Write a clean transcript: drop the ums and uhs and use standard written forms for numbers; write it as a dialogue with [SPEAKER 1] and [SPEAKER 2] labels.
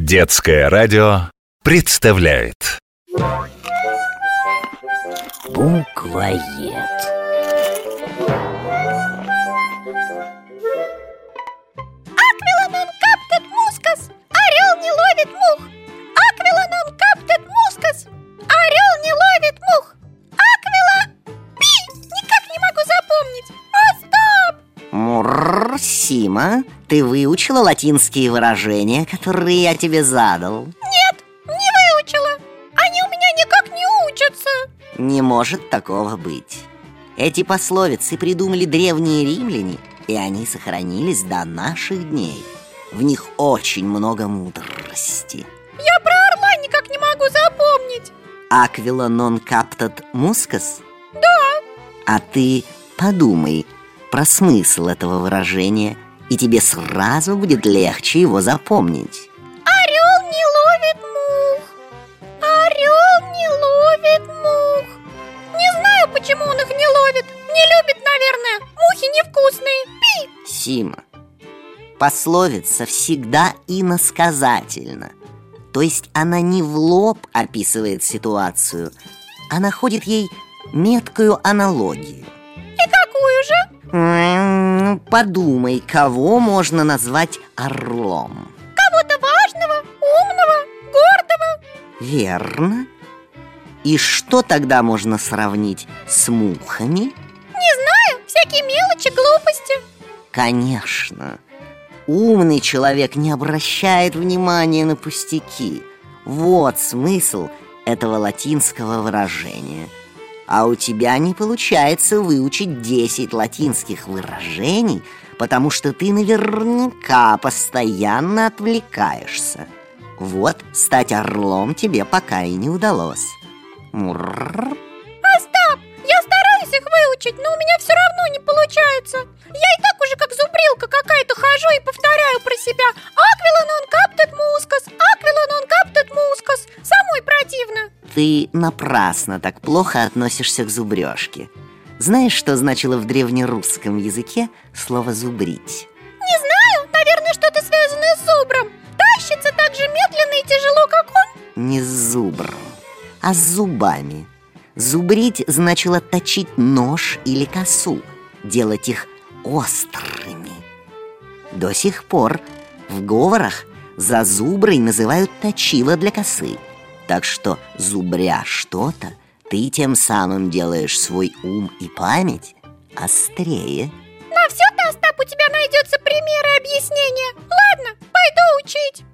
[SPEAKER 1] Детское радио представляет
[SPEAKER 2] Буквоед.
[SPEAKER 3] Аквилонон каптет мускас, орел не ловит мух. Аквилонон каптет мускас, орел не ловит мух. Аквила... Пи! Никак не могу запомнить. Стоп!
[SPEAKER 2] Мурр, Сима, ты выучила латинские выражения, которые я тебе задал?
[SPEAKER 3] Нет, не выучила. Они у меня никак не учатся.
[SPEAKER 2] Не может такого быть. Эти пословицы придумали древние римляне, и они сохранились до наших дней. В них очень много мудрости.
[SPEAKER 3] Я про орла никак не могу запомнить.
[SPEAKER 2] Aquila non captat muscas?
[SPEAKER 3] Да.
[SPEAKER 2] А ты подумай про смысл этого выражения, и тебе сразу будет легче его запомнить.
[SPEAKER 3] Орел не ловит мух. Орел не ловит мух. Не знаю, почему он их не ловит. Не любит, наверное. Мухи невкусные. Пи!
[SPEAKER 2] Сима, пословица всегда иносказательна. То есть она не в лоб описывает ситуацию, а находит ей меткую аналогию.
[SPEAKER 3] И какую же?
[SPEAKER 2] Подумай, кого можно назвать орлом?
[SPEAKER 3] Кого-то важного, умного, гордого.
[SPEAKER 2] Верно. И что тогда можно сравнить с мухами?
[SPEAKER 3] Не знаю, всякие мелочи, глупости.
[SPEAKER 2] Конечно. Умный человек не обращает внимания на пустяки. Вот смысл этого латинского выражения. А у тебя не получается выучить 10 латинских выражений, потому что ты наверняка постоянно отвлекаешься. Вот стать орлом тебе пока и не удалось. Мурр.
[SPEAKER 3] Стоп! Я стараюсь их выучить, но у меня все равно не получается. Я и так уже как зубрилка какая-то хожу и повторяю про себя: Аквилонон каптет мускас, Аквилонон каптет мускас. Самой противно.
[SPEAKER 2] Ты напрасно так плохо относишься к зубрежке. Знаешь, что значило в древнерусском языке слово «зубрить»?
[SPEAKER 3] Не знаю, наверное, что-то связанное с зубром. Тащится так же медленно и тяжело, как он.
[SPEAKER 2] Не с зубром, а с зубами. Зубрить значило точить нож или косу, делать их острыми. До сих пор в говорах за зуброй называют точило для косы. Так что, зубря что-то, ты тем самым делаешь свой ум и память острее.
[SPEAKER 3] На все-то, Остап, у тебя найдется примеры и объяснения. Ладно, пойду учить.